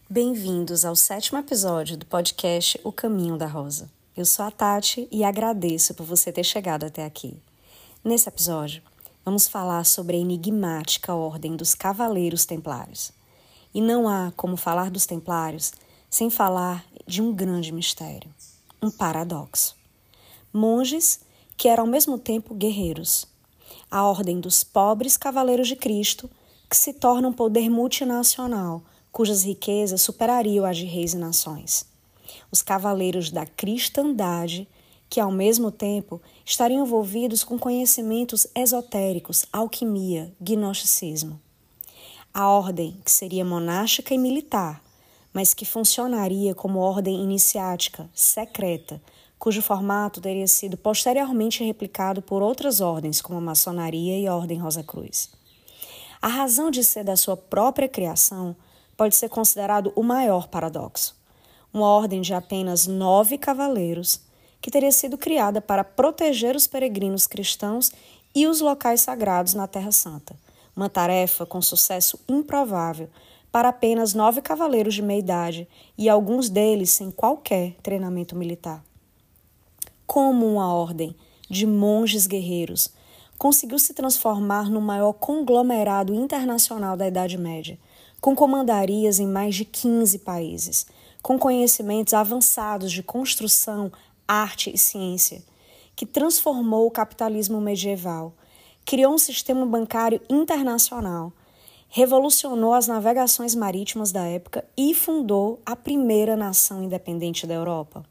Bem-vindos ao 7º episódio do podcast O Caminho da Rosa. Eu sou a Tati e agradeço por você ter chegado até aqui. Nesse episódio, vamos falar sobre a enigmática Ordem dos Cavaleiros Templários. E não há como falar dos Templários sem falar de um grande mistério, um paradoxo. Monges que eram ao mesmo tempo guerreiros. A Ordem dos Pobres Cavaleiros de Cristo, que se torna um poder multinacional, cujas riquezas superariam as de reis e nações. Os cavaleiros da cristandade, que ao mesmo tempo estariam envolvidos com conhecimentos esotéricos, alquimia, gnosticismo. A ordem que seria monástica e militar, mas que funcionaria como ordem iniciática, secreta, cujo formato teria sido posteriormente replicado por outras ordens, como a maçonaria e a Ordem Rosa Cruz. A razão de ser da sua própria criação pode ser considerado o maior paradoxo. Uma ordem de apenas 9 cavaleiros que teria sido criada para proteger os peregrinos cristãos e os locais sagrados na Terra Santa. Uma tarefa com sucesso improvável para apenas 9 cavaleiros de meia-idade e alguns deles sem qualquer treinamento militar. Como uma ordem de monges guerreiros conseguiu se transformar no maior conglomerado internacional da Idade Média, com comandarias em mais de 15 países, com conhecimentos avançados de construção, arte e ciência, que transformou o capitalismo medieval, criou um sistema bancário internacional, revolucionou as navegações marítimas da época e fundou a primeira nação independente da Europa.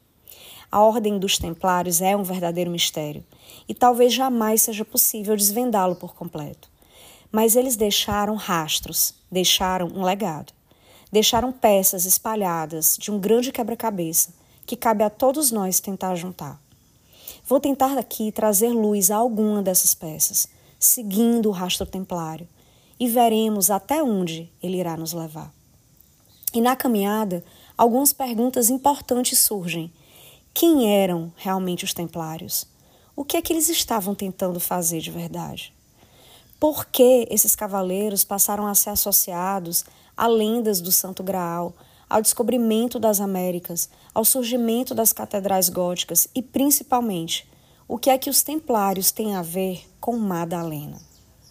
A Ordem dos Templários é um verdadeiro mistério e talvez jamais seja possível desvendá-lo por completo. Mas eles deixaram rastros, deixaram um legado, deixaram peças espalhadas de um grande quebra-cabeça que cabe a todos nós tentar juntar. Vou tentar aqui trazer luz a alguma dessas peças, seguindo o rastro templário, e veremos até onde ele irá nos levar. E na caminhada, algumas perguntas importantes surgem. Quem eram realmente os templários? O que é que eles estavam tentando fazer de verdade? Por que esses cavaleiros passaram a ser associados a lendas do Santo Graal, ao descobrimento das Américas, ao surgimento das catedrais góticas e, principalmente, o que é que os templários têm a ver com Madalena?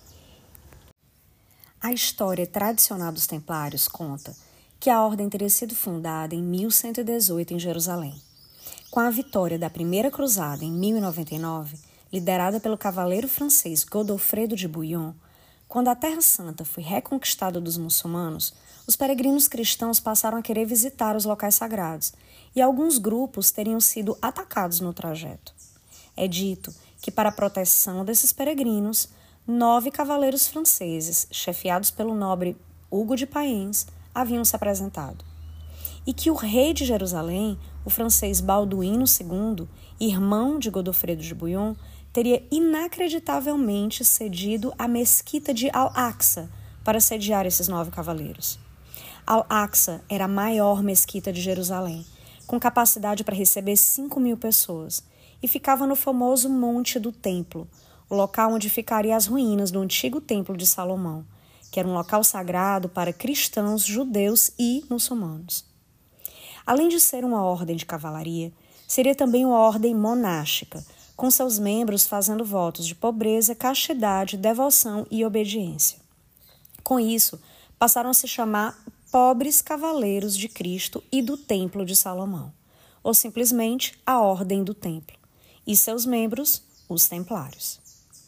A história tradicional dos templários conta que a ordem teria sido fundada em 1118 em Jerusalém. Com a vitória da Primeira Cruzada em 1099, liderada pelo cavaleiro francês Godofredo de Bouillon, quando a Terra Santa foi reconquistada dos muçulmanos, os peregrinos cristãos passaram a querer visitar os locais sagrados e alguns grupos teriam sido atacados no trajeto. É dito que, para a proteção desses peregrinos, 9 cavaleiros franceses, chefiados pelo nobre Hugo de Payens, haviam se apresentado. E que o rei de Jerusalém, o francês Balduíno II, irmão de Godofredo de Bouillon, teria inacreditavelmente cedido a mesquita de Al-Aqsa para sediar esses 9 cavaleiros. Al-Aqsa era a maior mesquita de Jerusalém, com capacidade para receber 5.000 pessoas, e ficava no famoso Monte do Templo, o local onde ficariam as ruínas do antigo Templo de Salomão, que era um local sagrado para cristãos, judeus e muçulmanos. Além de ser uma ordem de cavalaria, seria também uma ordem monástica, com seus membros fazendo votos de pobreza, castidade, devoção e obediência. Com isso, passaram a se chamar Pobres Cavaleiros de Cristo e do Templo de Salomão, ou simplesmente a Ordem do Templo, e seus membros, os Templários.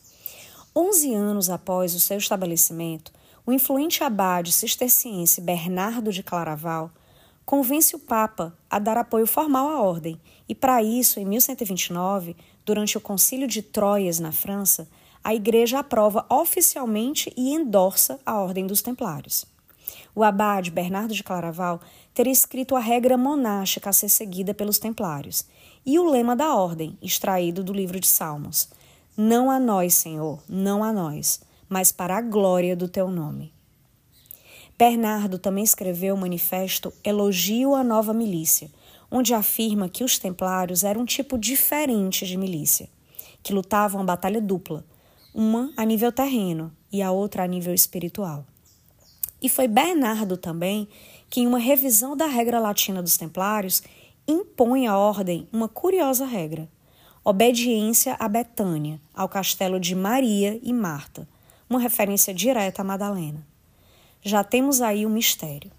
11 anos após o seu estabelecimento, o influente abade cisterciense Bernardo de Claraval convence o Papa a dar apoio formal à ordem e, para isso, em 1129, durante o Concílio de Troyes, na França, a Igreja aprova oficialmente e endorsa a Ordem dos Templários. O abade Bernardo de Claraval teria escrito a regra monástica a ser seguida pelos Templários e o lema da ordem, extraído do livro de Salmos: Não a nós, Senhor, não a nós, mas para a glória do teu nome. Bernardo também escreveu o manifesto Elogio à Nova Milícia, onde afirma que os templários eram um tipo diferente de milícia, que lutavam uma batalha dupla, uma a nível terreno e a outra a nível espiritual. E foi Bernardo também que, em uma revisão da regra latina dos templários, impõe à ordem uma curiosa regra: obediência a Betânia, ao castelo de Maria e Marta, uma referência direta a Madalena. Já temos aí o mistério.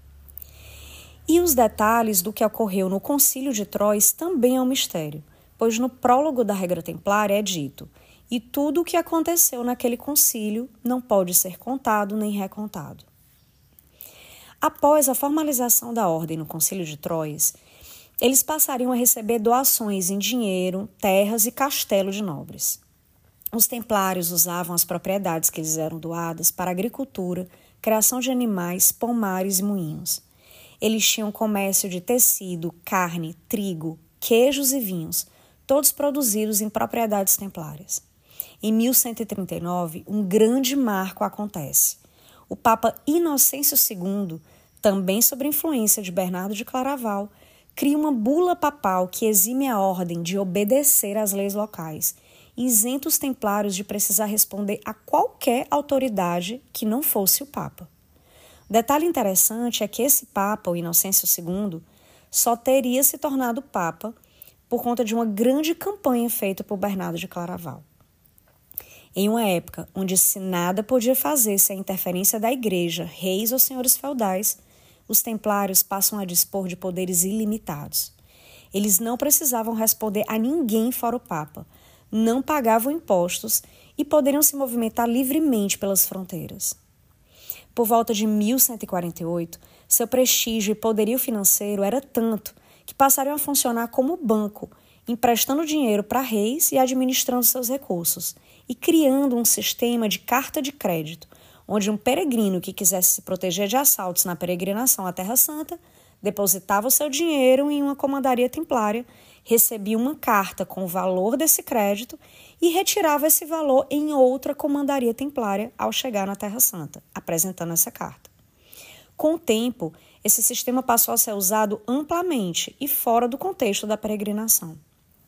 E os detalhes do que ocorreu no Concílio de Troyes também é um mistério, pois no prólogo da regra templária é dito: e tudo o que aconteceu naquele concílio não pode ser contado nem recontado. Após a formalização da ordem no Concílio de Troyes, eles passariam a receber doações em dinheiro, terras e castelo de nobres. Os templários usavam as propriedades que lhes eram doadas para agricultura, criação de animais, pomares e moinhos. Eles tinham comércio de tecido, carne, trigo, queijos e vinhos, todos produzidos em propriedades templárias. Em 1139, um grande marco acontece. O Papa Inocêncio II, também sob influência de Bernardo de Claraval, cria uma bula papal que exime a ordem de obedecer às leis locais e isenta os templários de precisar responder a qualquer autoridade que não fosse o Papa. Detalhe interessante é que esse Papa, o Inocêncio II, só teria se tornado Papa por conta de uma grande campanha feita por Bernardo de Claraval. Em uma época onde se nada podia fazer sem a interferência da Igreja, reis ou senhores feudais, os templários passam a dispor de poderes ilimitados. Eles não precisavam responder a ninguém fora o Papa, não pagavam impostos e poderiam se movimentar livremente pelas fronteiras. Por volta de 1148, seu prestígio e poderio financeiro era tanto que passariam a funcionar como banco, emprestando dinheiro para reis e administrando seus recursos, e criando um sistema de carta de crédito, onde um peregrino que quisesse se proteger de assaltos na peregrinação à Terra Santa depositava o seu dinheiro em uma comandaria templária, recebia uma carta com o valor desse crédito e retirava esse valor em outra comandaria templária ao chegar na Terra Santa, apresentando essa carta. Com o tempo, esse sistema passou a ser usado amplamente e fora do contexto da peregrinação.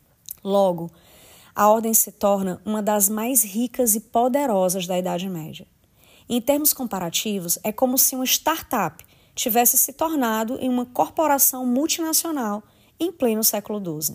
Logo, a ordem se torna uma das mais ricas e poderosas da Idade Média. Em termos comparativos, é como se uma startup tivesse se tornado em uma corporação multinacional em pleno século XII.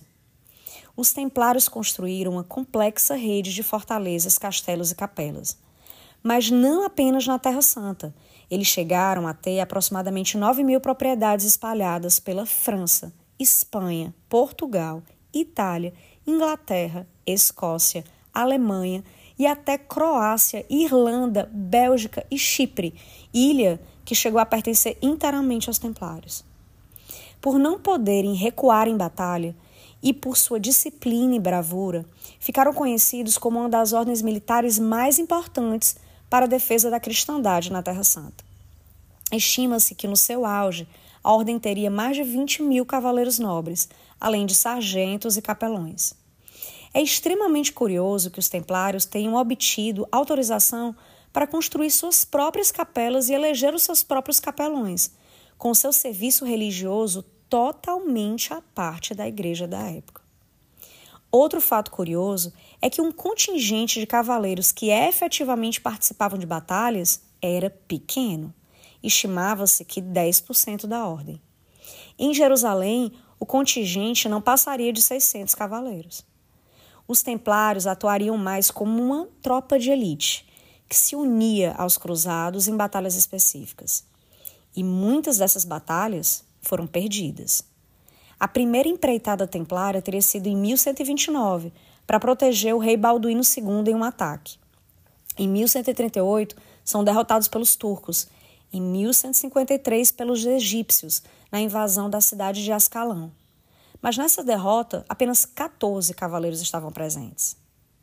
Os templários construíram uma complexa rede de fortalezas, castelos e capelas. Mas não apenas na Terra Santa. Eles chegaram a ter aproximadamente 9.000 propriedades espalhadas pela França, Espanha, Portugal, Itália, Inglaterra, Escócia, Alemanha e até Croácia, Irlanda, Bélgica e Chipre, ilha que chegou a pertencer inteiramente aos templários. Por não poderem recuar em batalha e por sua disciplina e bravura, ficaram conhecidos como uma das ordens militares mais importantes para a defesa da cristandade na Terra Santa. Estima-se que no seu auge, a ordem teria mais de 20.000 cavaleiros nobres, além de sargentos e capelões. É extremamente curioso que os templários tenham obtido autorização para construir suas próprias capelas e eleger os seus próprios capelões, com seu serviço religioso totalmente à parte da igreja da época. Outro fato curioso é que um contingente de cavaleiros que efetivamente participavam de batalhas era pequeno. Estimava-se que 10% da ordem. Em Jerusalém, o contingente não passaria de 600 cavaleiros. Os templários atuariam mais como uma tropa de elite, que se unia aos cruzados em batalhas específicas. E muitas dessas batalhas foram perdidas. A primeira empreitada templária teria sido em 1129, para proteger o rei Balduíno II em um ataque. Em 1138, são derrotados pelos turcos. Em 1153, pelos egípcios, na invasão da cidade de Ascalão. Mas nessa derrota, apenas 14 cavaleiros estavam presentes.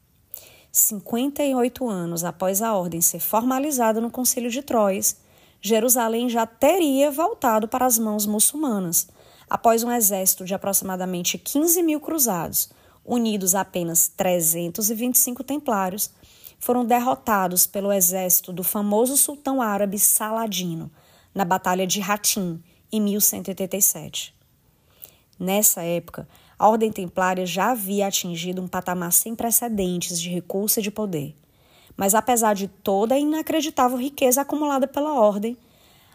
58 anos após a ordem ser formalizada no Concílio de Troyes, Jerusalém já teria voltado para as mãos muçulmanas, após um exército de aproximadamente 15.000 cruzados, unidos a apenas 325 templários, foram derrotados pelo exército do famoso sultão árabe Saladino, na Batalha de Hattin, em 1187. Nessa época, a Ordem Templária já havia atingido um patamar sem precedentes de recurso e de poder. Mas apesar de toda a inacreditável riqueza acumulada pela Ordem,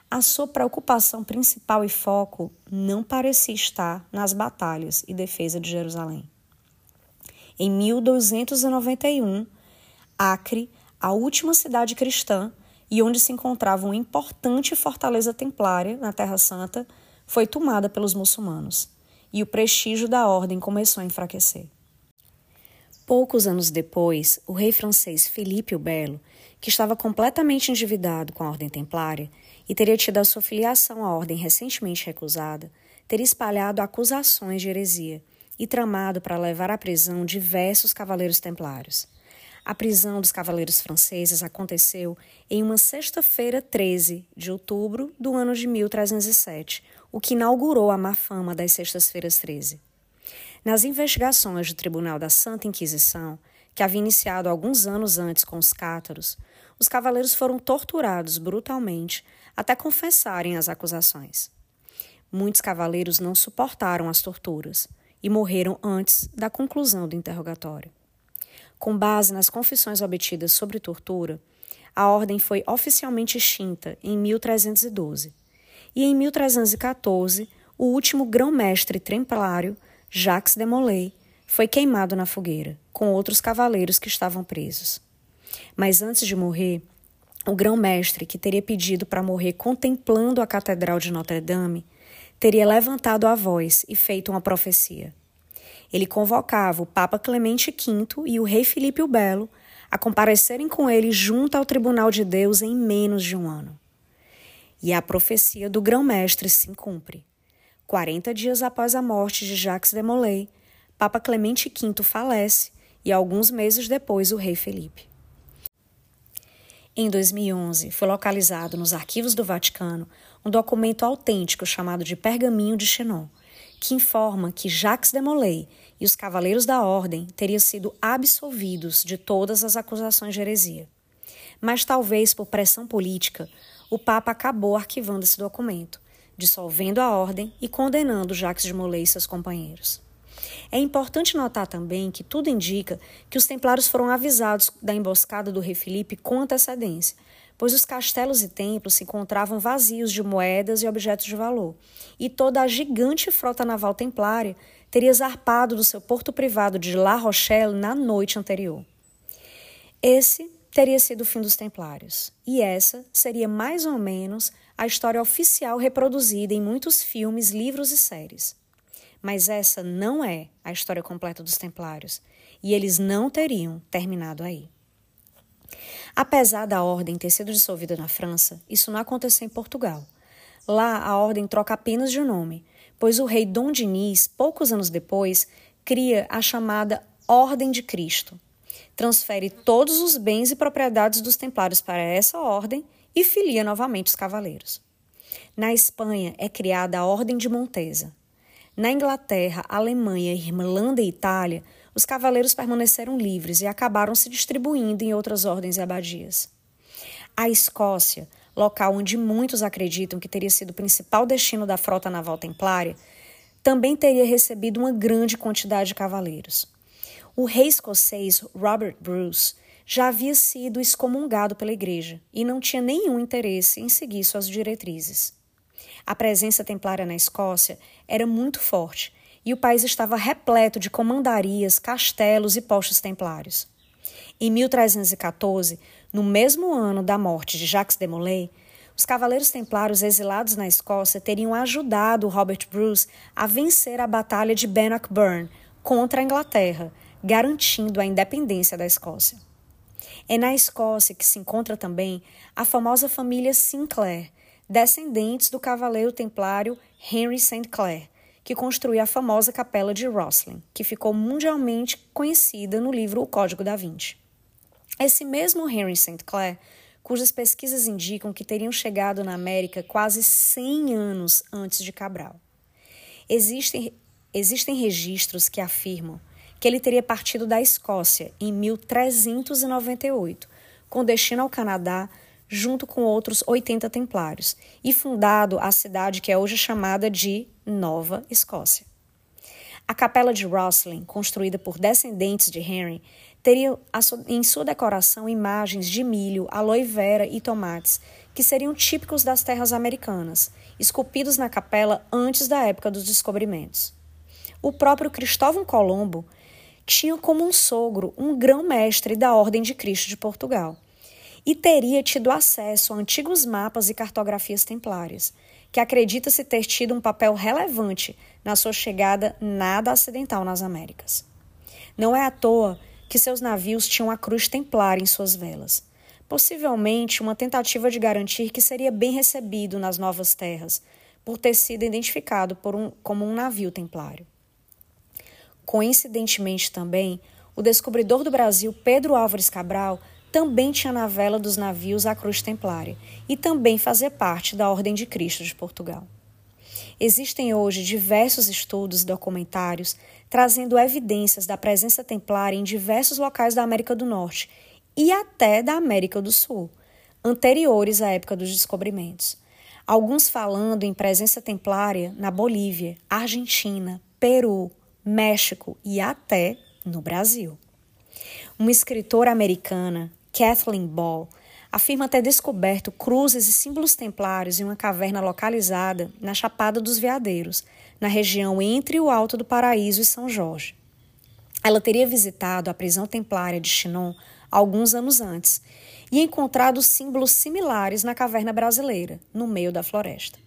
a sua preocupação principal e foco não parecia estar nas batalhas e defesa de Jerusalém. Em 1291, Acre, a última cidade cristã e onde se encontrava uma importante fortaleza templária na Terra Santa, foi tomada pelos muçulmanos, e o prestígio da ordem começou a enfraquecer. Poucos anos depois, o rei francês Filipe o Belo, que estava completamente endividado com a ordem templária e teria tido a sua filiação à ordem recentemente recusada, teria espalhado acusações de heresia e tramado para levar à prisão diversos cavaleiros templários. A prisão dos cavaleiros franceses aconteceu em uma sexta-feira 13 de outubro do ano de 1307, o que inaugurou a má fama das sextas-feiras 13. Nas investigações do Tribunal da Santa Inquisição, que havia iniciado alguns anos antes com os cátaros, os cavaleiros foram torturados brutalmente até confessarem as acusações. Muitos cavaleiros não suportaram as torturas e morreram antes da conclusão do interrogatório. Com base nas confissões obtidas sobre tortura, a ordem foi oficialmente extinta em 1312 e em 1314 o último grão-mestre templário, Jacques de Molay, foi queimado na fogueira, com outros cavaleiros que estavam presos. Mas antes de morrer, o grão-mestre, que teria pedido para morrer contemplando a Catedral de Notre-Dame, teria levantado a voz e feito uma profecia. Ele convocava o Papa Clemente V e o rei Filipe o Belo a comparecerem com ele junto ao Tribunal de Deus em menos de um ano. E a profecia do grão-mestre se cumpre. 40 dias após a morte de Jacques de Molay, Papa Clemente V falece e alguns meses depois o rei Felipe. Em 2011, foi localizado nos arquivos do Vaticano um documento autêntico chamado de Pergaminho de Chinon, que informa que Jacques de Molay e os cavaleiros da ordem teriam sido absolvidos de todas as acusações de heresia. Mas talvez por pressão política, o Papa acabou arquivando esse documento, dissolvendo a ordem e condenando Jacques de Molay e seus companheiros. É importante notar também que tudo indica que os templários foram avisados da emboscada do rei Filipe com antecedência, pois os castelos e templos se encontravam vazios de moedas e objetos de valor, e toda a gigante frota naval templária teria zarpado do seu porto privado de La Rochelle na noite anterior. Esse teria sido o fim dos templários, e essa seria mais ou menos a história oficial reproduzida em muitos filmes, livros e séries. Mas essa não é a história completa dos templários, e eles não teriam terminado aí. Apesar da ordem ter sido dissolvida na França, isso não aconteceu em Portugal. Lá, a ordem troca apenas de nome, pois o rei Dom Dinis, poucos anos depois, cria a chamada Ordem de Cristo. Transfere todos os bens e propriedades dos templários para essa ordem e filia novamente os cavaleiros. Na Espanha, é criada a Ordem de Montesa. Na Inglaterra, Alemanha, Irlanda e Itália, os cavaleiros permaneceram livres e acabaram se distribuindo em outras ordens e abadias. A Escócia, local onde muitos acreditam que teria sido o principal destino da frota naval templária, também teria recebido uma grande quantidade de cavaleiros. O rei escocês Robert Bruce já havia sido excomungado pela igreja e não tinha nenhum interesse em seguir suas diretrizes. A presença templária na Escócia era muito forte e o país estava repleto de comandarias, castelos e postos templários. Em 1314, no mesmo ano da morte de Jacques de Molay, os cavaleiros templários exilados na Escócia teriam ajudado Robert Bruce a vencer a Batalha de Bannockburn contra a Inglaterra, garantindo a independência da Escócia. É na Escócia que se encontra também a famosa família Sinclair, descendentes do cavaleiro templário Henry St. Clair, que construiu a famosa Capela de Rosslyn, que ficou mundialmente conhecida no livro O Código da Vinci. Esse mesmo Henry St. Clair, cujas pesquisas indicam que teriam chegado na América quase 100 anos antes de Cabral. Existem registros que afirmam que ele teria partido da Escócia em 1398, com destino ao Canadá, junto com outros 80 templários, e fundado a cidade que é hoje chamada de Nova Escócia. A Capela de Rosslyn, construída por descendentes de Henry, teria em sua decoração imagens de milho, aloe vera e tomates, que seriam típicos das terras americanas, esculpidos na capela antes da época dos descobrimentos. O próprio Cristóvão Colombo tinha como um sogro um grão-mestre da Ordem de Cristo de Portugal e teria tido acesso a antigos mapas e cartografias templárias, que acredita-se ter tido um papel relevante na sua chegada nada acidental nas Américas. Não é à toa que seus navios tinham a cruz templária em suas velas, possivelmente uma tentativa de garantir que seria bem recebido nas novas terras, por ter sido identificado como um navio templário. Coincidentemente também, o descobridor do Brasil, Pedro Álvares Cabral, também tinha na vela dos navios a cruz templária e também fazia parte da Ordem de Cristo de Portugal. Existem hoje diversos estudos e documentários trazendo evidências da presença templária em diversos locais da América do Norte e até da América do Sul, anteriores à época dos descobrimentos. Alguns falando em presença templária na Bolívia, Argentina, Peru, México e até no Brasil. Uma escritora americana, Kathleen Ball, afirma ter descoberto cruzes e símbolos templários em uma caverna localizada na Chapada dos Veadeiros, na região entre o Alto do Paraíso e São Jorge. Ela teria visitado a prisão templária de Chinon alguns anos antes e encontrado símbolos similares na caverna brasileira, no meio da floresta.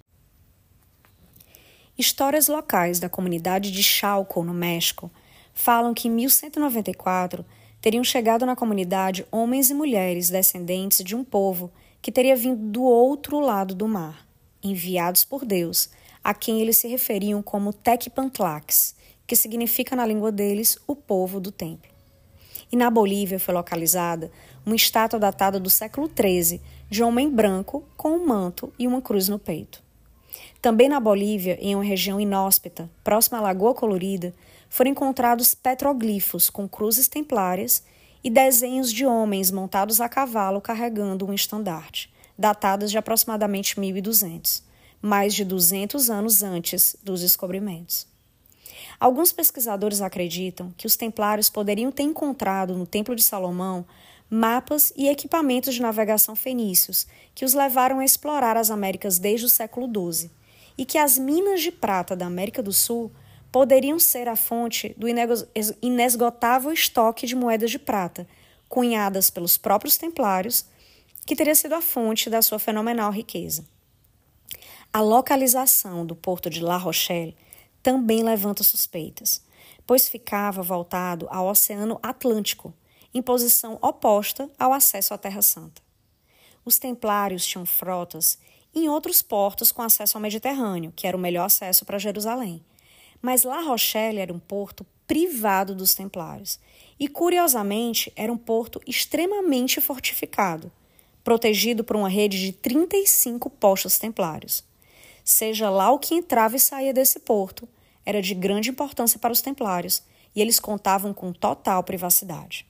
Histórias locais da comunidade de Chalco, no México, falam que em 1194 teriam chegado na comunidade homens e mulheres descendentes de um povo que teria vindo do outro lado do mar, enviados por Deus, a quem eles se referiam como Tecpantlaques, que significa na língua deles o povo do templo. E na Bolívia foi localizada uma estátua datada do século XIII de um homem branco com um manto e uma cruz no peito. Também na Bolívia, em uma região inóspita, próxima à Lagoa Colorida, foram encontrados petroglifos com cruzes templárias e desenhos de homens montados a cavalo carregando um estandarte, datados de aproximadamente 1200, mais de 200 anos antes dos descobrimentos. Alguns pesquisadores acreditam que os templários poderiam ter encontrado no Templo de Salomão mapas e equipamentos de navegação fenícios que os levaram a explorar as Américas desde o século XII, e que as minas de prata da América do Sul poderiam ser a fonte do inesgotável estoque de moedas de prata, cunhadas pelos próprios templários, que teria sido a fonte da sua fenomenal riqueza. A localização do porto de La Rochelle também levanta suspeitas, pois ficava voltado ao Oceano Atlântico, em posição oposta ao acesso à Terra Santa. Os templários tinham frotas em outros portos com acesso ao Mediterrâneo, que era o melhor acesso para Jerusalém. Mas La Rochelle era um porto privado dos templários e, curiosamente, era um porto extremamente fortificado, protegido por uma rede de 35 postos templários. Seja lá o que entrava e saía desse porto, era de grande importância para os templários e eles contavam com total privacidade.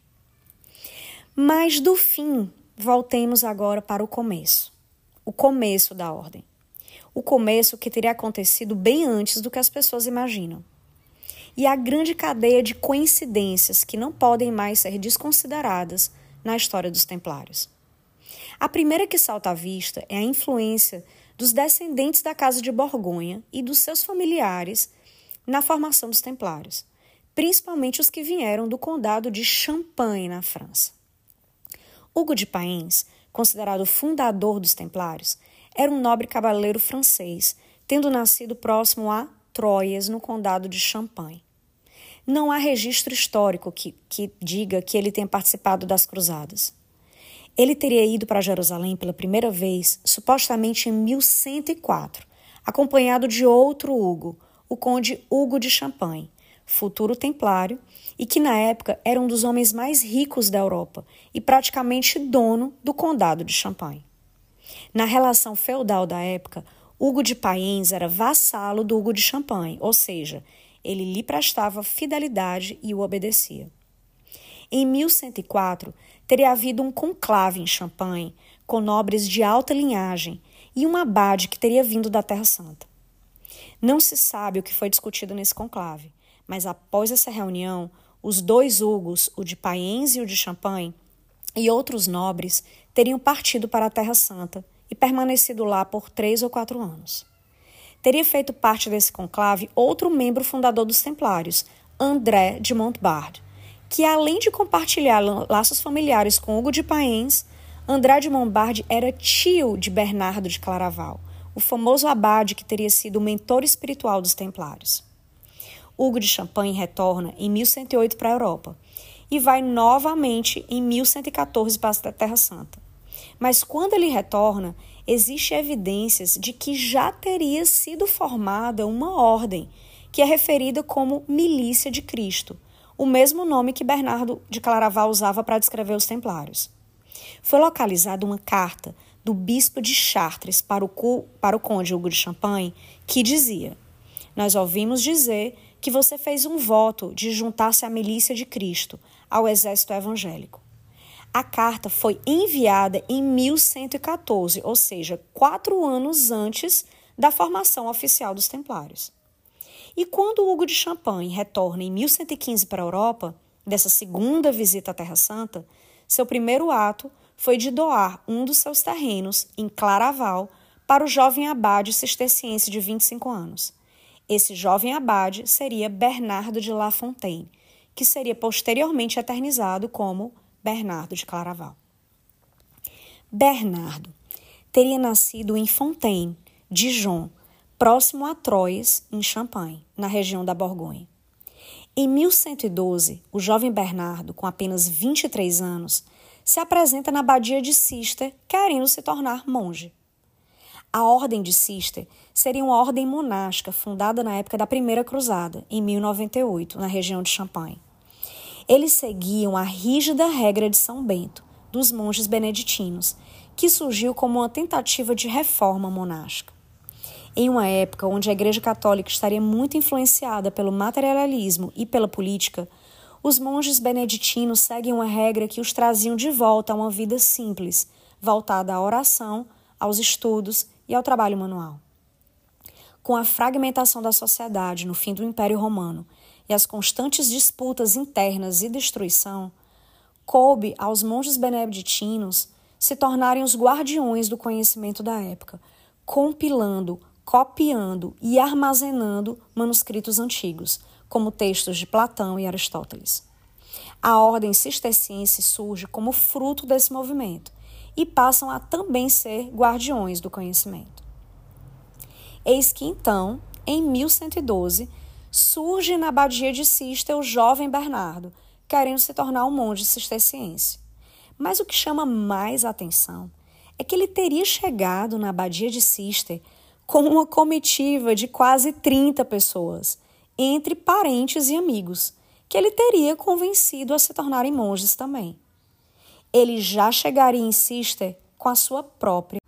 Mas, do fim, voltemos agora para o começo da ordem. O começo que teria acontecido bem antes do que as pessoas imaginam. E a grande cadeia de coincidências que não podem mais ser desconsideradas na história dos templários. A primeira que salta à vista é a influência dos descendentes da Casa de Borgonha e dos seus familiares na formação dos templários, principalmente os que vieram do condado de Champagne, na França. Hugo de Payens, considerado o fundador dos templários, era um nobre cavaleiro francês, tendo nascido próximo a Troyes, no condado de Champagne. Não há registro histórico que diga que ele tenha participado das cruzadas. Ele teria ido para Jerusalém pela primeira vez, supostamente em 1104, acompanhado de outro Hugo, o conde Hugo de Champagne, futuro templário, e que na época era um dos homens mais ricos da Europa e praticamente dono do condado de Champagne. Na relação feudal da época, Hugo de Payens era vassalo do Hugo de Champagne, ou seja, ele lhe prestava fidelidade e o obedecia. Em 1104, teria havido um conclave em Champagne, com nobres de alta linhagem e um abade que teria vindo da Terra Santa. Não se sabe o que foi discutido nesse conclave, mas após essa reunião, os 2 Hugos, o de Paiens e o de Champagne, e outros nobres teriam partido para a Terra Santa e permanecido lá por 3 ou 4 anos. Teria feito parte desse conclave outro membro fundador dos Templários, André de Montbard, que além de compartilhar laços familiares com Hugo de Paiens, André de Montbard era tio de Bernardo de Claraval, o famoso abade que teria sido o mentor espiritual dos Templários. Hugo de Champagne retorna em 1108 para a Europa e vai novamente em 1114 para a Terra Santa. Mas quando ele retorna, existem evidências de que já teria sido formada uma ordem, que é referida como Milícia de Cristo, o mesmo nome que Bernardo de Claraval usava para descrever os Templários. Foi localizada uma carta do bispo de Chartres para o conde Hugo de Champagne, que dizia: "Nós ouvimos dizer que você fez um voto de juntar-se à milícia de Cristo, ao exército evangélico." A carta foi enviada em 1114, ou seja, 4 anos antes da formação oficial dos Templários. E quando Hugo de Champagne retorna em 1115 para a Europa, dessa segunda visita à Terra Santa, seu primeiro ato foi de doar um dos seus terrenos, em Claraval, para o jovem abade cisterciense de 25 anos. Esse jovem abade seria Bernardo de La Fontaine, que seria posteriormente eternizado como Bernardo de Claraval. Bernardo teria nascido em Fontaine, Dijon, próximo a Troyes, em Champagne, na região da Borgonha. Em 1112, o jovem Bernardo, com apenas 23 anos, se apresenta na abadia de Cister, querendo se tornar monge. A Ordem de Cister seria uma ordem monástica fundada na época da Primeira Cruzada, em 1098, na região de Champagne. Eles seguiam a rígida regra de São Bento, dos monges beneditinos, que surgiu como uma tentativa de reforma monástica. Em uma época onde a Igreja Católica estaria muito influenciada pelo materialismo e pela política, os monges beneditinos seguem uma regra que os traziam de volta a uma vida simples, voltada à oração, aos estudos e ao trabalho manual. Com a fragmentação da sociedade no fim do Império Romano e as constantes disputas internas e destruição, coube aos monges beneditinos se tornarem os guardiões do conhecimento da época, compilando, copiando e armazenando manuscritos antigos, como textos de Platão e Aristóteles. A ordem cisterciense surge como fruto desse movimento e passam a também ser guardiões do conhecimento. Eis que então, em 1112, surge na abadia de Cister o jovem Bernardo, querendo se tornar um monge cisterciense. Mas o que chama mais atenção é que ele teria chegado na abadia de Cister com uma comitiva de quase 30 pessoas, entre parentes e amigos, que ele teria convencido a se tornarem monges também. Ele já chegaria em Cister com a sua própria.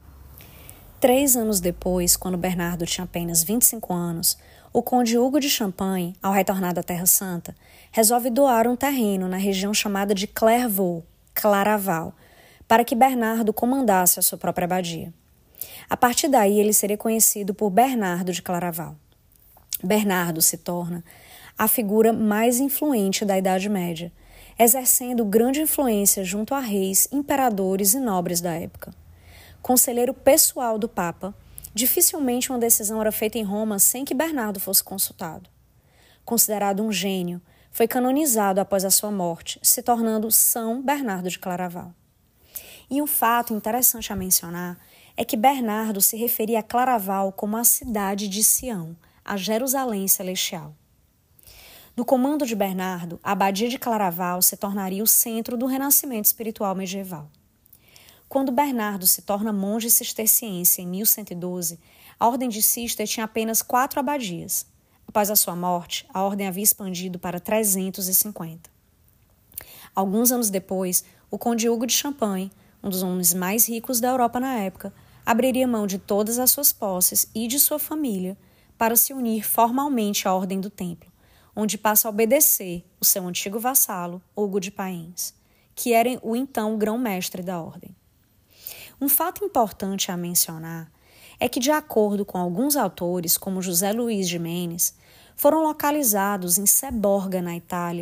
3 anos depois, quando Bernardo tinha apenas 25 anos, o conde Hugo de Champagne, ao retornar da Terra Santa, resolve doar um terreno na região chamada de Clairvaux, Claraval, para que Bernardo comandasse a sua própria abadia. A partir daí, ele seria conhecido por Bernardo de Claraval. Bernardo se torna a figura mais influente da Idade Média, exercendo grande influência junto a reis, imperadores e nobres da época. Conselheiro pessoal do Papa, dificilmente uma decisão era feita em Roma sem que Bernardo fosse consultado. Considerado um gênio, foi canonizado após a sua morte, se tornando São Bernardo de Claraval. E um fato interessante a mencionar é que Bernardo se referia a Claraval como a cidade de Sião, a Jerusalém celestial. No comando de Bernardo, a abadia de Claraval se tornaria o centro do renascimento espiritual medieval. Quando Bernardo se torna monge cisterciense em 1112, a ordem de Cister tinha apenas 4 abadias. Após a sua morte, a ordem havia expandido para 350. Alguns anos depois, o conde Hugo de Champagne, um dos homens mais ricos da Europa na época, abriria mão de todas as suas posses e de sua família para se unir formalmente à Ordem do Templo, onde passa a obedecer o seu antigo vassalo, Hugo de Paiens, que era o então grão-mestre da ordem. Um fato importante a mencionar é que, de acordo com alguns autores, como José Luís Giménez, foram localizados em Seborga, na Itália,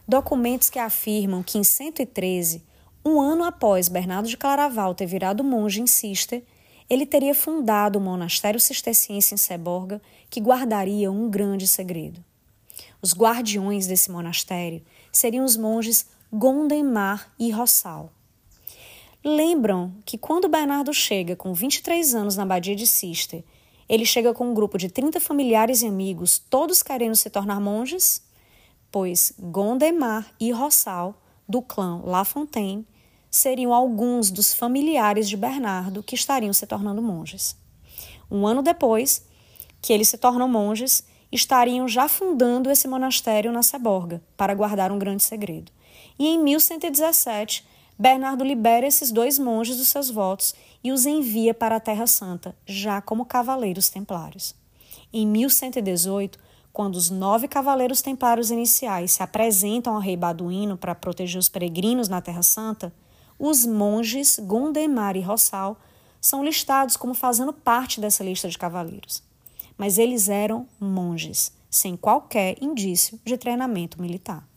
Documentos que afirmam que em 113, um ano após Bernardo de Claraval ter virado monge em Cister, ele teria fundado o monastério cisterciense em Seborga, que guardaria um grande segredo. Os guardiões desse monastério seriam os monges Gondemar e Rossal. Lembram que quando Bernardo chega com 23 anos na abadia de Cister, ele chega com um grupo de 30 familiares e amigos, todos querendo se tornar monges? Pois Gondemar e Rossal, do clã La Fontaine, seriam alguns dos familiares de Bernardo que estariam se tornando monges. Um ano depois que eles se tornam monges, estariam já fundando esse monastério na Seborga, para guardar um grande segredo. E em 1117, Bernardo libera esses 2 monges dos seus votos e os envia para a Terra Santa, já como cavaleiros templários. Em 1118, quando os 9 cavaleiros templários iniciais se apresentam ao rei Baduíno para proteger os peregrinos na Terra Santa, os monges Gondemar e Rossal são listados como fazendo parte dessa lista de cavaleiros. Mas eles eram monges, sem qualquer indício de treinamento militar.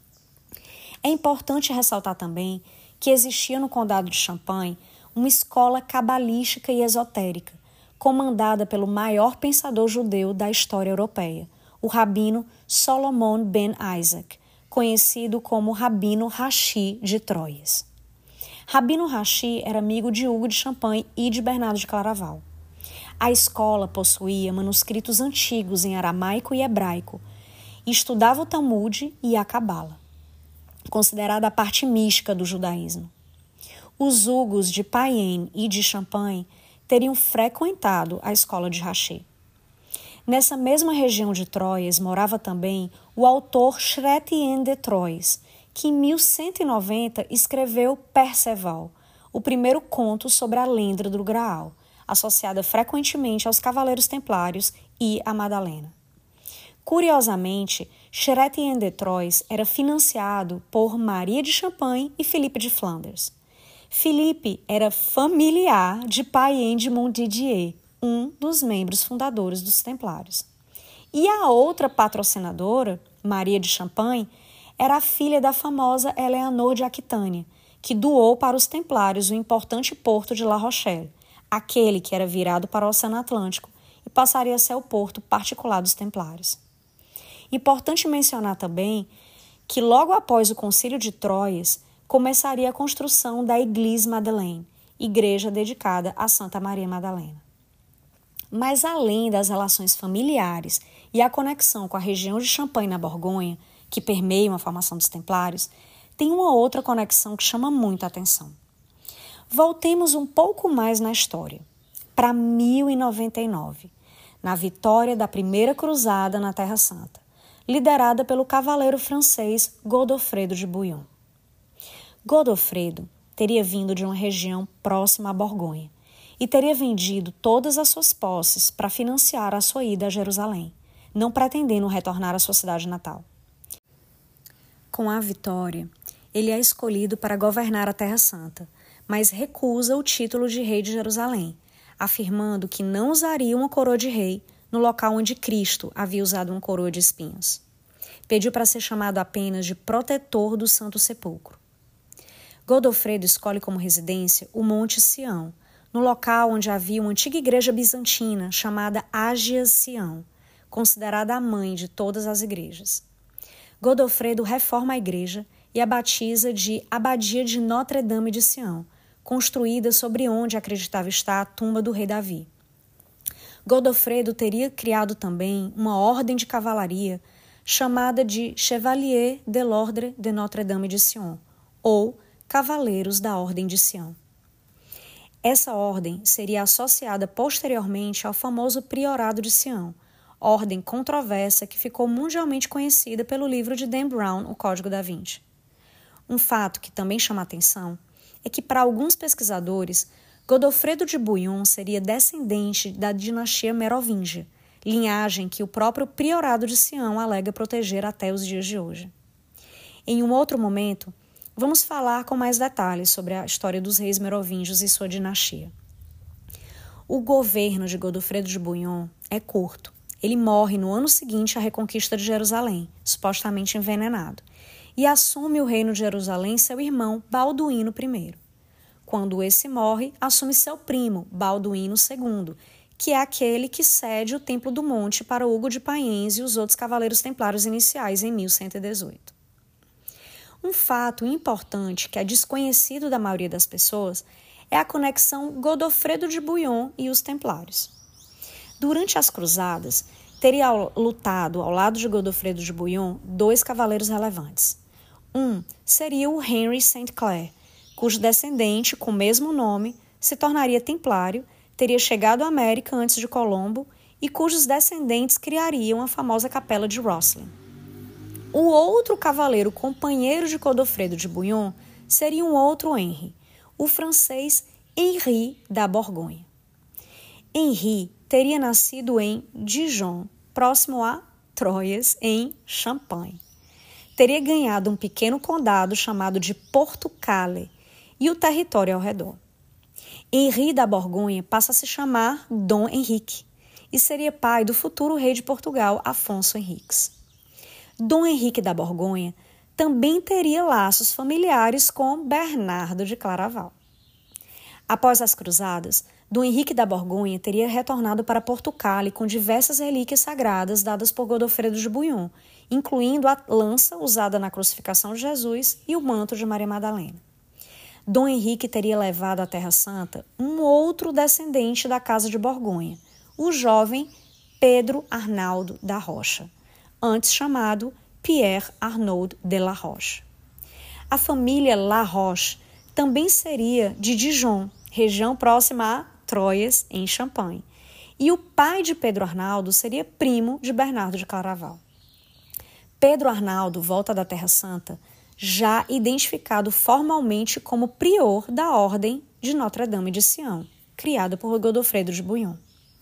É importante ressaltar também que existia no Condado de Champagne uma escola cabalística e esotérica, comandada pelo maior pensador judeu da história europeia, o rabino Solomon ben Isaac, conhecido como Rabino Rashi de Troyes. Rabino Rashi era amigo de Hugo de Champagne e de Bernardo de Claraval. A escola possuía manuscritos antigos em aramaico e hebraico e estudava o Talmud e a Cabala, considerada a parte mística do judaísmo. Os Hugos de Payenne e de Champagne teriam frequentado a escola de Rashi. Nessa mesma região de Troyes morava também o autor Chrétien de Troyes, que em 1190 escreveu Perceval, o primeiro conto sobre a lenda do Graal, associada frequentemente aos Cavaleiros Templários e a Madalena. Curiosamente, Chrétien de Troyes era financiado por Maria de Champagne e Filipe de Flanders. Filipe era familiar de Payen de Montdidier, um dos membros fundadores dos Templários. E a outra patrocinadora, Maria de Champagne, era a filha da famosa Eleanor de Aquitânia, que doou para os Templários o importante porto de La Rochelle, aquele que era virado para o Oceano Atlântico e passaria a ser o porto particular dos Templários. Importante mencionar também que logo após o Concílio de Troyes começaria a construção da Église Madeleine, igreja dedicada a Santa Maria Madalena. Mas além das relações familiares e a conexão com a região de Champagne na Borgonha, que permeiam a formação dos Templários, tem uma outra conexão que chama muito a atenção. Voltemos um pouco mais na história, para 1099, na vitória da Primeira Cruzada na Terra Santa, liderada pelo cavaleiro francês Godofredo de Bouillon. Godofredo teria vindo de uma região próxima à Borgonha e teria vendido todas as suas posses para financiar a sua ida a Jerusalém, não pretendendo retornar à sua cidade natal. Com a vitória, ele é escolhido para governar a Terra Santa, mas recusa o título de rei de Jerusalém, afirmando que não usaria uma coroa de rei no local onde Cristo havia usado uma coroa de espinhos. Pediu para ser chamado apenas de protetor do Santo Sepulcro. Godofredo escolhe como residência o Monte Sião, no local onde havia uma antiga igreja bizantina chamada Ágia Sião, considerada a mãe de todas as igrejas. Godofredo reforma a igreja e a batiza de Abadia de Notre-Dame de Sião, construída sobre onde acreditava estar a tumba do rei Davi. Godofredo teria criado também uma ordem de cavalaria chamada de Chevalier de l'Ordre de Notre-Dame de Sion, ou Cavaleiros da Ordem de Sião. Essa ordem seria associada posteriormente ao famoso Priorado de Sião, ordem controversa que ficou mundialmente conhecida pelo livro de Dan Brown, O Código da Vinci. Um fato que também chama a atenção é que, para alguns pesquisadores, Godofredo de Bouillon seria descendente da dinastia Merovingia, linhagem que o próprio Priorado de Sião alega proteger até os dias de hoje. Em um outro momento, vamos falar com mais detalhes sobre a história dos reis merovingios e sua dinastia. O governo de Godofredo de Bouillon é curto. Ele morre no ano seguinte à reconquista de Jerusalém, supostamente envenenado. e assume o reino de Jerusalém seu irmão Balduíno I. Quando esse morre, assume seu primo, Balduíno II, que é aquele que cede o Templo do Monte para Hugo de Payens e os outros cavaleiros templários iniciais em 1118. Um fato importante que é desconhecido da maioria das pessoas é a conexão Godofredo de Bouillon e os templários. Durante as cruzadas, teria lutado ao lado de Godofredo de Bouillon 2 cavaleiros relevantes. Um seria o Henry St. Clair, cujo descendente, com o mesmo nome, se tornaria templário, teria chegado à América antes de Colombo e cujos descendentes criariam a famosa Capela de Rosslyn. O outro cavaleiro companheiro de Godofredo de Bouillon seria um outro Henry, o francês Henri da Borgonha. Henri teria nascido em Dijon, próximo a Troyes, em Champagne. Teria ganhado um pequeno condado chamado de Porto-Calais e o território ao redor. Henri da Borgonha passa a se chamar Dom Henrique e seria pai do futuro rei de Portugal, Afonso Henriques. Dom Henrique da Borgonha também teria laços familiares com Bernardo de Claraval. Após as cruzadas, Dom Henrique da Borgonha teria retornado para Porto-Calais com diversas relíquias sagradas dadas por Godofredo de Bouillon, incluindo a lança usada na crucificação de Jesus e o manto de Maria Madalena. Dom Henrique teria levado à Terra Santa um outro descendente da Casa de Borgonha, o jovem Pedro Arnaldo da Rocha, antes chamado Pierre Arnaud de la Roche. A família La Roche também seria de Dijon, região próxima a Troyes, em Champagne, e o pai de Pedro Arnaldo seria primo de Bernardo de Claraval. Pedro Arnaldo volta da Terra Santa já identificado formalmente como prior da Ordem de Notre-Dame de Sião, criada por Godofredo de Bouillon.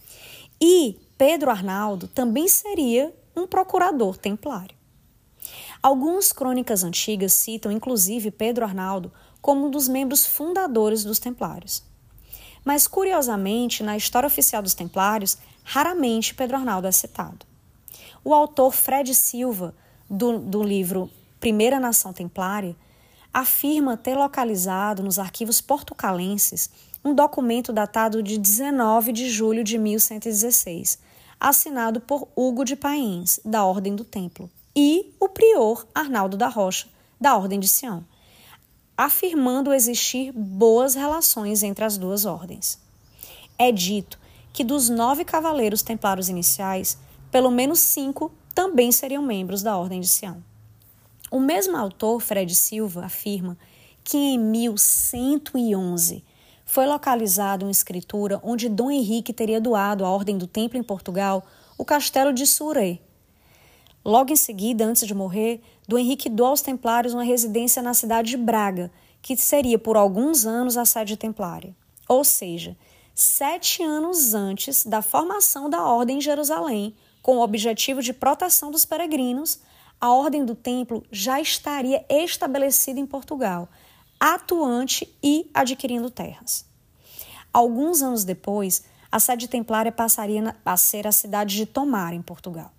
E Pedro Arnaldo também seria um procurador templário. Algumas crônicas antigas citam inclusive Pedro Arnaldo como um dos membros fundadores dos templários. Mas, curiosamente, na história oficial dos templários, raramente Pedro Arnaldo é citado. O autor Fred Silva, do livro Primeira Nação Templária, afirma ter localizado nos arquivos portucalenses um documento datado de 19 de julho de 1116, assinado por Hugo de Payens, da Ordem do Templo, e o prior Arnaldo da Rocha, da Ordem de Sião, afirmando existir boas relações entre as duas ordens. É dito que dos 9 cavaleiros templários iniciais, pelo menos 5 também seriam membros da Ordem de Sião. O mesmo autor, Fred Silva, afirma que em 1111 foi localizada uma escritura onde Dom Henrique teria doado à Ordem do Templo em Portugal o castelo de Suré. Logo em seguida, antes de morrer, Dom Henrique doou aos templários uma residência na cidade de Braga, que seria por alguns anos a sede templária. Ou seja, 7 anos antes da formação da Ordem em Jerusalém, com o objetivo de proteção dos peregrinos, a Ordem do Templo já estaria estabelecida em Portugal, atuante e adquirindo terras. Alguns anos depois, a sede templária passaria a ser a cidade de Tomar, em Portugal.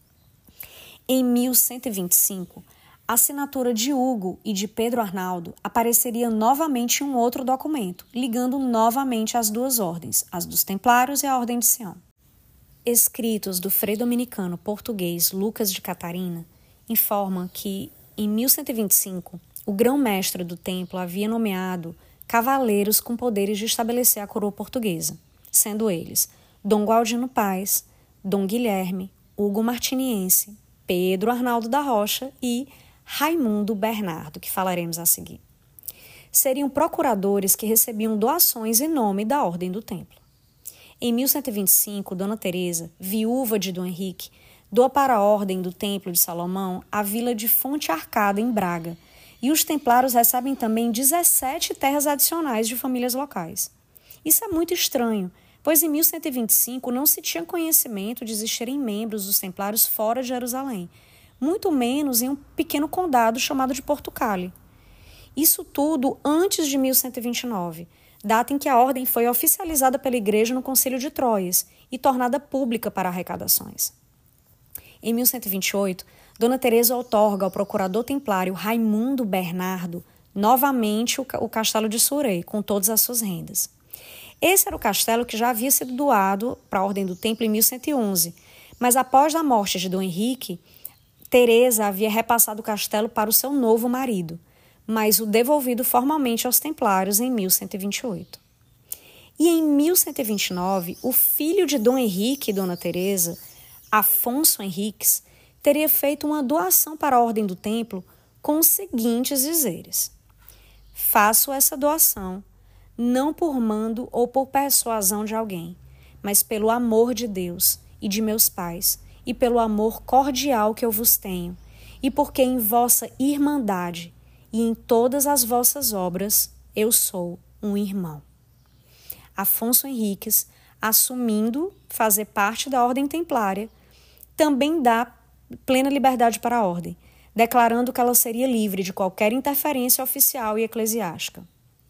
Em 1125, a assinatura de Hugo e de Pedro Arnaldo apareceria novamente em um outro documento, ligando novamente as duas ordens, as dos Templários e a Ordem de Sião. Escritos do frei dominicano português Lucas de Catarina informam que, em 1125, o grão-mestre do templo havia nomeado cavaleiros com poderes de estabelecer a coroa portuguesa, sendo eles Dom Gualdino Paz, Dom Guilherme, Hugo Martiniense, Pedro Arnaldo da Rocha e Raimundo Bernardo, que falaremos a seguir. Seriam procuradores que recebiam doações em nome da Ordem do Templo. Em 1125, Dona Teresa, viúva de Dom Henrique, doa para a Ordem do Templo de Salomão a vila de Fonte Arcada, em Braga, e os templários recebem também 17 terras adicionais de famílias locais. Isso é muito estranho, pois em 1125 não se tinha conhecimento de existirem membros dos templários fora de Jerusalém, muito menos em um pequeno condado chamado de Porto-Calais. Isso tudo antes de 1129, data em que a ordem foi oficializada pela Igreja no Concílio de Troyes e tornada pública para arrecadações. Em 1128, Dona Teresa outorga ao procurador templário Raimundo Bernardo novamente o castelo de Surrey, com todas as suas rendas. Esse era o castelo que já havia sido doado para a Ordem do Templo em 1111, mas após a morte de Dom Henrique, Teresa havia repassado o castelo para o seu novo marido, mas o devolvido formalmente aos templários em 1128. E em 1129, o filho de Dom Henrique e Dona Teresa, Afonso Henriques, teria feito uma doação para a Ordem do Templo com os seguintes dizeres: faço essa doação não por mando ou por persuasão de alguém, mas pelo amor de Deus e de meus pais, e pelo amor cordial que eu vos tenho, e porque em vossa irmandade e em todas as vossas obras eu sou um irmão. Afonso Henriques, assumindo fazer parte da Ordem Templária, também dá plena liberdade para a Ordem, declarando que ela seria livre de qualquer interferência oficial e eclesiástica.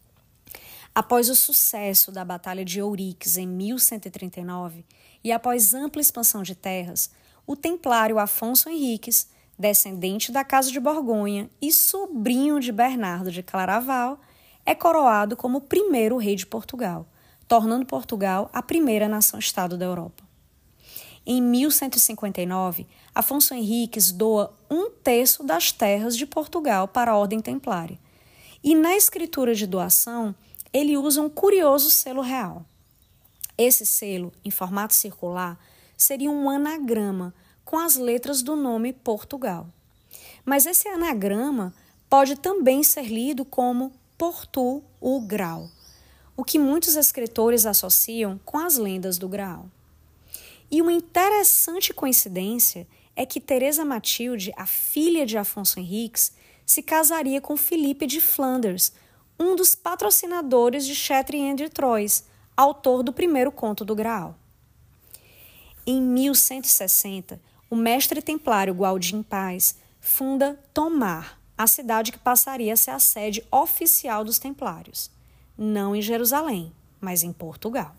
Após o sucesso da Batalha de Ourix em 1139 e após ampla expansão de terras, o templário Afonso Henriques, descendente da Casa de Borgonha e sobrinho de Bernardo de Claraval, é coroado como o primeiro rei de Portugal, tornando Portugal a primeira nação-estado da Europa. Em 1159, Afonso Henriques doa 1/3 das terras de Portugal para a Ordem Templária. E na escritura de doação, ele usa um curioso selo real. Esse selo, em formato circular, seria um anagrama com as letras do nome Portugal. Mas esse anagrama pode também ser lido como Portu o Grau, o que muitos escritores associam com as lendas do Graal. E uma interessante coincidência é que Teresa Matilde, a filha de Afonso Henriques, se casaria com Filipe de Flanders, um dos patrocinadores de Chatillon de Troyes, autor do primeiro conto do Graal. Em 1160, o mestre templário Gualdim Paz funda Tomar, a cidade que passaria a ser a sede oficial dos templários, não em Jerusalém, mas em Portugal.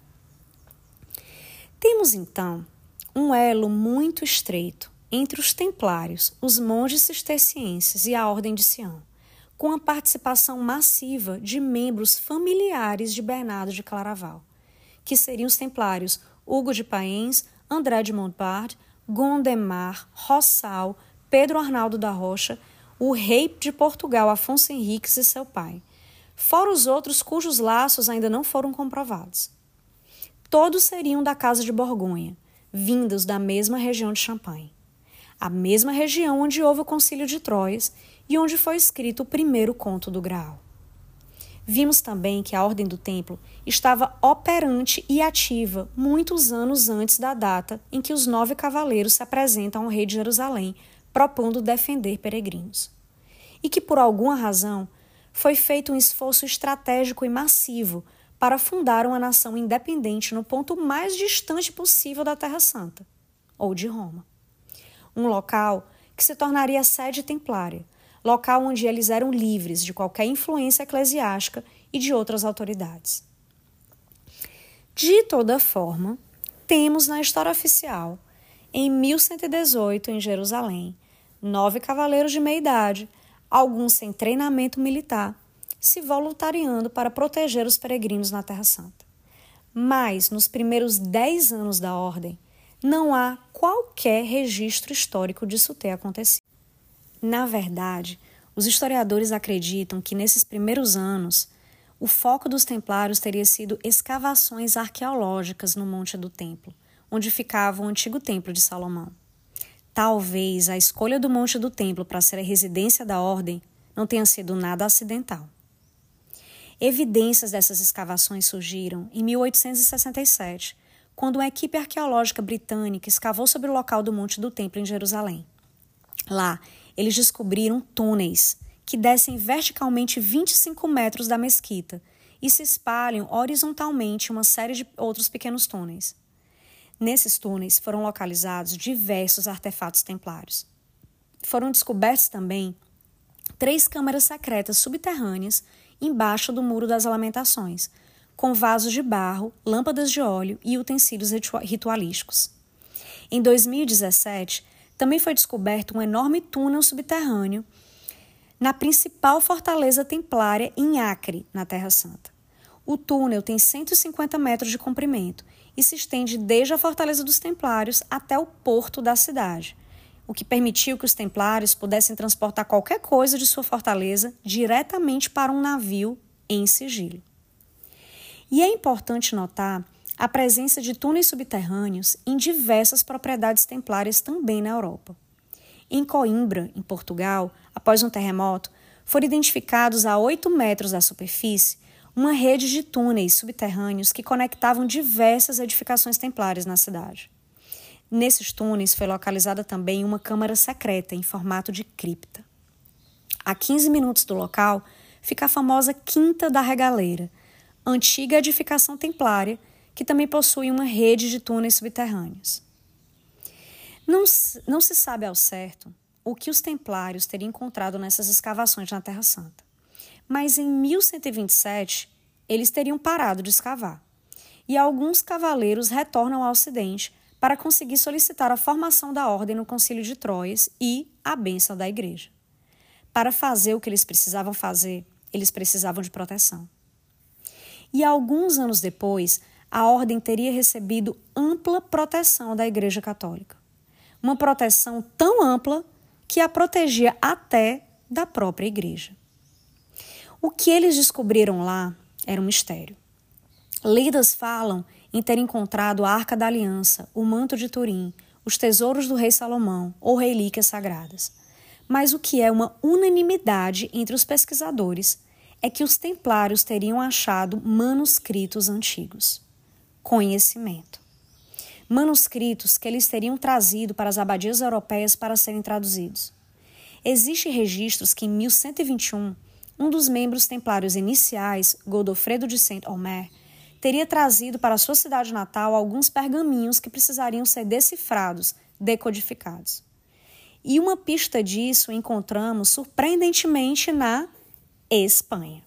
Temos, então, um elo muito estreito entre os templários, os monges cistercienses e a Ordem de Sião, com a participação massiva de membros familiares de Bernardo de Claraval, que seriam os templários Hugo de Paens, André de Montbard, Gondemar, Rossal, Pedro Arnaldo da Rocha, o rei de Portugal, Afonso Henriques e seu pai, fora os outros cujos laços ainda não foram comprovados. Todos seriam da Casa de Borgonha, vindos da mesma região de Champagne, a mesma região onde houve o Concílio de Troyes e onde foi escrito o primeiro conto do Graal. Vimos também que a Ordem do Templo estava operante e ativa muitos anos antes da data em que os 9 cavaleiros se apresentam ao rei de Jerusalém, propondo defender peregrinos. E que, por alguma razão, foi feito um esforço estratégico e massivo para fundar uma nação independente no ponto mais distante possível da Terra Santa, ou de Roma. Um local que se tornaria sede templária, local onde eles eram livres de qualquer influência eclesiástica e de outras autoridades. De toda forma, temos na história oficial, em 1118, em Jerusalém, 9 cavaleiros de meia-idade, alguns sem treinamento militar, se voluntariando para proteger os peregrinos na Terra Santa. Mas, nos primeiros 10 anos da Ordem, não há qualquer registro histórico disso ter acontecido. Na verdade, os historiadores acreditam que nesses primeiros anos, o foco dos templários teria sido escavações arqueológicas no Monte do Templo, onde ficava o antigo Templo de Salomão. Talvez a escolha do Monte do Templo para ser a residência da Ordem não tenha sido nada acidental. Evidências dessas escavações surgiram em 1867, quando uma equipe arqueológica britânica escavou sobre o local do Monte do Templo em Jerusalém. Lá, eles descobriram túneis que descem verticalmente 25 metros da mesquita e se espalham horizontalmente uma série de outros pequenos túneis. Nesses túneis foram localizados diversos artefatos templários. Foram descobertos também 3 câmaras secretas subterrâneas embaixo do Muro das Lamentações, com vasos de barro, lâmpadas de óleo e utensílios ritualísticos. Em 2017, também foi descoberto um enorme túnel subterrâneo na principal fortaleza templária em Acre, na Terra Santa. O túnel tem 150 metros de comprimento e se estende desde a Fortaleza dos Templários até o porto da cidade, o que permitiu que os templários pudessem transportar qualquer coisa de sua fortaleza diretamente para um navio em sigilo. E é importante notar a presença de túneis subterrâneos em diversas propriedades templárias também na Europa. Em Coimbra, em Portugal, após um terremoto, foram identificados a 8 metros da superfície uma rede de túneis subterrâneos que conectavam diversas edificações templárias na cidade. Nesses túneis foi localizada também uma câmara secreta em formato de cripta. A 15 minutos do local fica a famosa Quinta da Regaleira, antiga edificação templária que também possui uma rede de túneis subterrâneos. Não se sabe ao certo o que os templários teriam encontrado nessas escavações na Terra Santa. Mas em 1127, eles teriam parado de escavar. E alguns cavaleiros retornam ao Ocidente para conseguir solicitar a formação da ordem no Concílio de Troyes e a bênção da igreja. Para fazer o que eles precisavam fazer, eles precisavam de proteção. E alguns anos depois, a ordem teria recebido ampla proteção da Igreja Católica. Uma proteção tão ampla que a protegia até da própria igreja. O que eles descobriram lá era um mistério. Lendas falam em ter encontrado a Arca da Aliança, o manto de Turim, os tesouros do rei Salomão ou relíquias sagradas. Mas o que é uma unanimidade entre os pesquisadores é que os templários teriam achado manuscritos antigos. Conhecimento. Manuscritos que eles teriam trazido para as abadias europeias para serem traduzidos. Existem registros que em 1121, um dos membros templários iniciais, Godofredo de Saint-Omer, teria trazido para sua cidade natal alguns pergaminhos que precisariam ser decifrados, decodificados. E uma pista disso encontramos surpreendentemente na Espanha.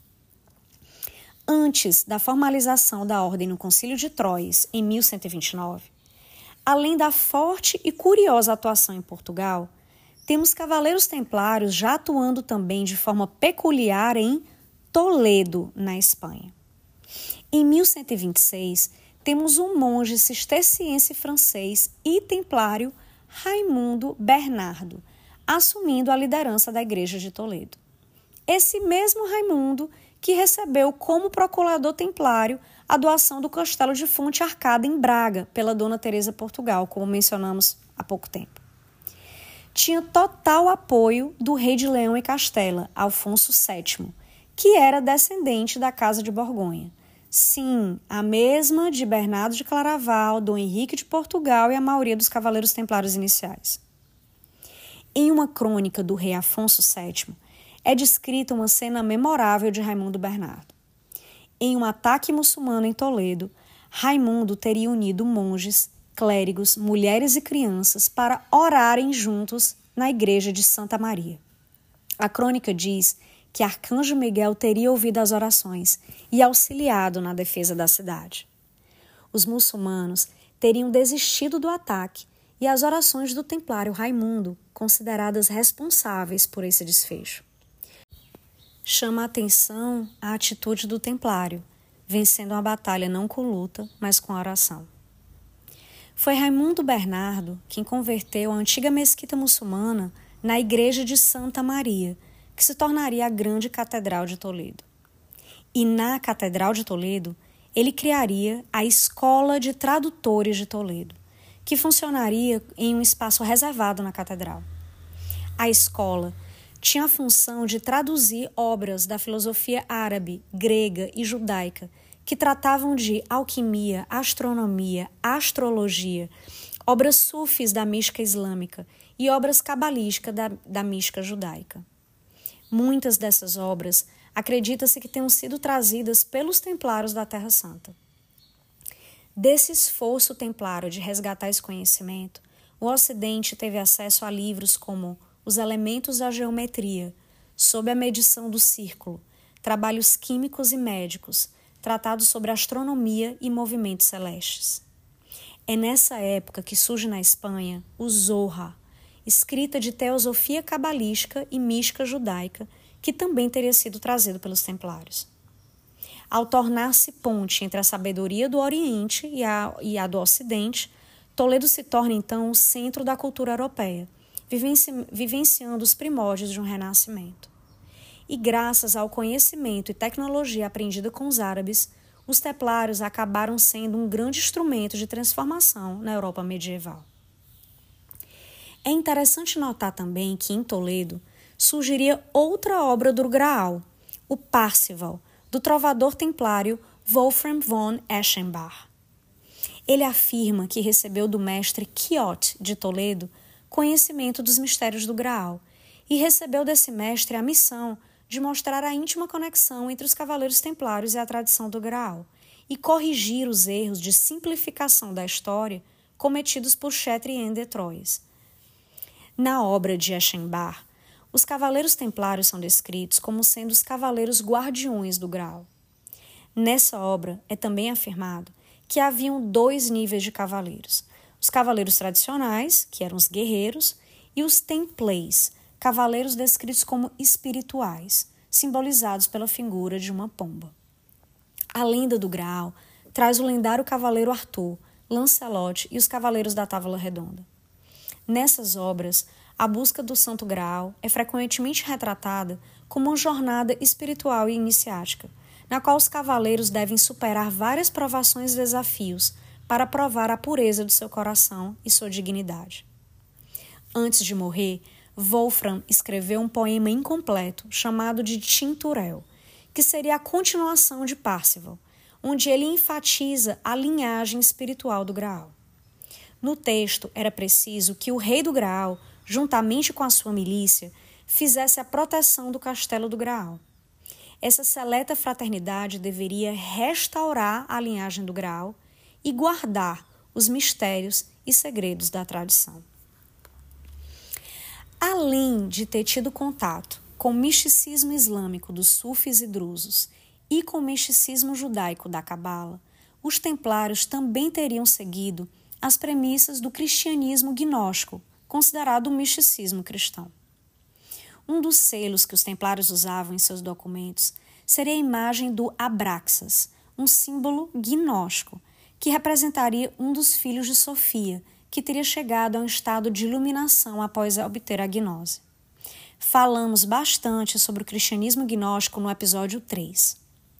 Antes da formalização da ordem no Concílio de Troyes, em 1129, além da forte e curiosa atuação em Portugal, temos cavaleiros templários já atuando também de forma peculiar em Toledo, na Espanha. Em 1126, temos um monge cisterciense francês e templário Raimundo Bernardo, assumindo a liderança da Igreja de Toledo. Esse mesmo Raimundo que recebeu como procurador templário a doação do castelo de Fonte Arcada em Braga pela Dona Teresa Portugal, como mencionamos há pouco tempo. Tinha total apoio do rei de Leão e Castela, Afonso VII, que era descendente da Casa de Borgonha. Sim, a mesma de Bernardo de Claraval, Dom Henrique de Portugal e a maioria dos cavaleiros templários iniciais. Em uma crônica do rei Afonso VII, é descrita uma cena memorável de Raimundo Bernardo. Em um ataque muçulmano em Toledo, Raimundo teria unido monges, clérigos, mulheres e crianças para orarem juntos na igreja de Santa Maria. A crônica diz que Arcanjo Miguel teria ouvido as orações e auxiliado na defesa da cidade. Os muçulmanos teriam desistido do ataque e as orações do templário Raimundo consideradas responsáveis por esse desfecho. Chama a atenção a atitude do templário, vencendo a batalha não com luta, mas com a oração. Foi Raimundo Bernardo quem converteu a antiga mesquita muçulmana na igreja de Santa Maria, que se tornaria a grande Catedral de Toledo. E na Catedral de Toledo, ele criaria a Escola de Tradutores de Toledo, que funcionaria em um espaço reservado na catedral. A escola tinha a função de traduzir obras da filosofia árabe, grega e judaica, que tratavam de alquimia, astronomia, astrologia, obras sufis da mística islâmica e obras cabalísticas da mística judaica. Muitas dessas obras acredita-se que tenham sido trazidas pelos templários da Terra Santa. Desse esforço templário de resgatar esse conhecimento, o Ocidente teve acesso a livros como Os Elementos da Geometria, Sob a Medição do Círculo, Trabalhos Químicos e Médicos, tratados sobre astronomia e movimentos celestes. É nessa época que surge na Espanha o Zohar, escrita de teosofia cabalística e mística judaica, que também teria sido trazido pelos templários. Ao tornar-se ponte entre a sabedoria do Oriente e a do Ocidente, Toledo se torna então o centro da cultura europeia, vivenciando os primórdios de um renascimento. E graças ao conhecimento e tecnologia aprendida com os árabes, os templários acabaram sendo um grande instrumento de transformação na Europa medieval. É interessante notar também que em Toledo surgiria outra obra do Graal, o Parzival, do trovador templário Wolfram von Eschenbach. Ele afirma que recebeu do mestre Quixote de Toledo conhecimento dos mistérios do Graal e recebeu desse mestre a missão de mostrar a íntima conexão entre os cavaleiros templários e a tradição do Graal e corrigir os erros de simplificação da história cometidos por Chatrian de Troyes. Na obra de Eschenbach, os cavaleiros templários são descritos como sendo os cavaleiros guardiões do Graal. Nessa obra é também afirmado que haviam 2 níveis de cavaleiros: os cavaleiros tradicionais, que eram os guerreiros, e os templês, cavaleiros descritos como espirituais, simbolizados pela figura de uma pomba. A lenda do Graal traz o lendário cavaleiro Arthur, Lancelot e os cavaleiros da Távola Redonda. Nessas obras, a busca do Santo Graal é frequentemente retratada como uma jornada espiritual e iniciática, na qual os cavaleiros devem superar várias provações e desafios para provar a pureza do seu coração e sua dignidade. Antes de morrer, Wolfram escreveu um poema incompleto chamado de Tinturel, que seria a continuação de Parzival, onde ele enfatiza a linhagem espiritual do Graal. No texto, era preciso que o rei do Graal, juntamente com a sua milícia, fizesse a proteção do castelo do Graal. Essa seleta fraternidade deveria restaurar a linhagem do Graal e guardar os mistérios e segredos da tradição. Além de ter tido contato com o misticismo islâmico dos sufis e drusos e com o misticismo judaico da Cabala, os templários também teriam seguido as premissas do cristianismo gnóstico, considerado o misticismo cristão. Um dos selos que os templários usavam em seus documentos seria a imagem do Abraxas, um símbolo gnóstico, que representaria um dos filhos de Sofia, que teria chegado a um estado de iluminação após obter a gnose. Falamos bastante sobre o cristianismo gnóstico no episódio 3.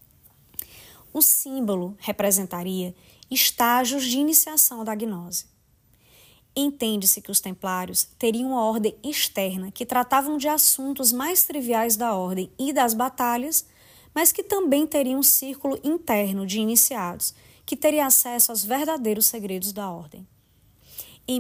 O símbolo representaria estágios de iniciação da gnose. Entende-se que os templários teriam uma ordem externa que tratavam de assuntos mais triviais da ordem e das batalhas, mas que também teriam um círculo interno de iniciados, que teria acesso aos verdadeiros segredos da ordem. Em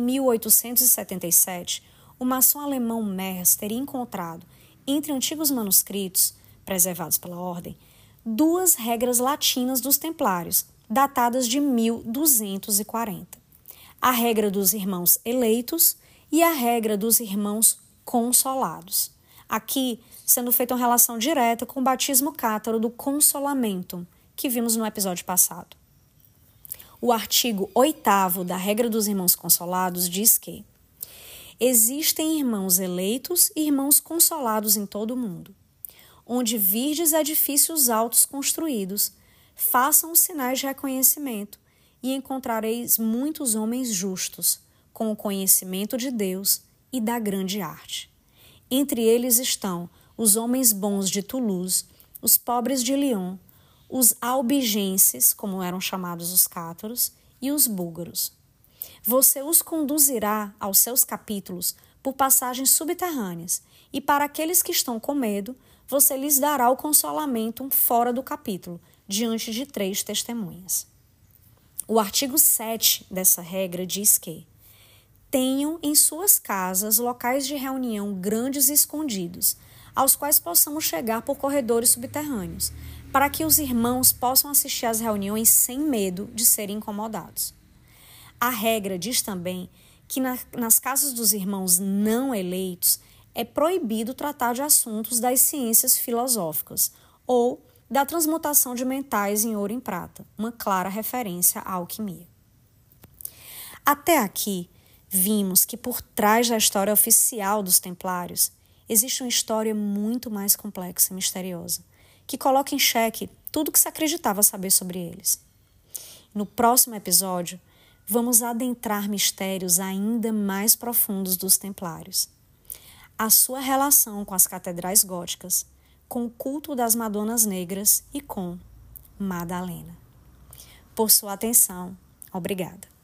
1877, o maçom alemão Merz teria encontrado, entre antigos manuscritos, preservados pela ordem, 2 regras latinas dos templários, datadas de 1240. A regra dos irmãos eleitos e a regra dos irmãos consolados. Aqui, sendo feita uma relação direta com o batismo cátaro do consolamento, que vimos no episódio passado. O artigo 8º da regra dos irmãos consolados diz que existem irmãos eleitos e irmãos consolados em todo o mundo. Onde virdes edifícios altos construídos, façam os sinais de reconhecimento e encontrareis muitos homens justos, com o conhecimento de Deus e da grande arte. Entre eles estão os homens bons de Toulouse, os pobres de Lyon, os albigenses, como eram chamados os cátaros, e os búlgaros. Você os conduzirá aos seus capítulos por passagens subterrâneas, e para aqueles que estão com medo, você lhes dará o consolamento fora do capítulo, diante de 3 testemunhas. O artigo 7 dessa regra diz que tenham em suas casas locais de reunião grandes e escondidos, aos quais possamos chegar por corredores subterrâneos, para que os irmãos possam assistir às reuniões sem medo de serem incomodados. A regra diz também que nas casas dos irmãos não eleitos é proibido tratar de assuntos das ciências filosóficas ou da transmutação de metais em ouro e em prata, uma clara referência à alquimia. Até aqui, vimos que por trás da história oficial dos Templários existe uma história muito mais complexa e misteriosa, que coloca em xeque tudo que se acreditava saber sobre eles. No próximo episódio, vamos adentrar mistérios ainda mais profundos dos Templários. A sua relação com as catedrais góticas, com o culto das Madonas Negras e com Madalena. Por sua atenção, obrigada.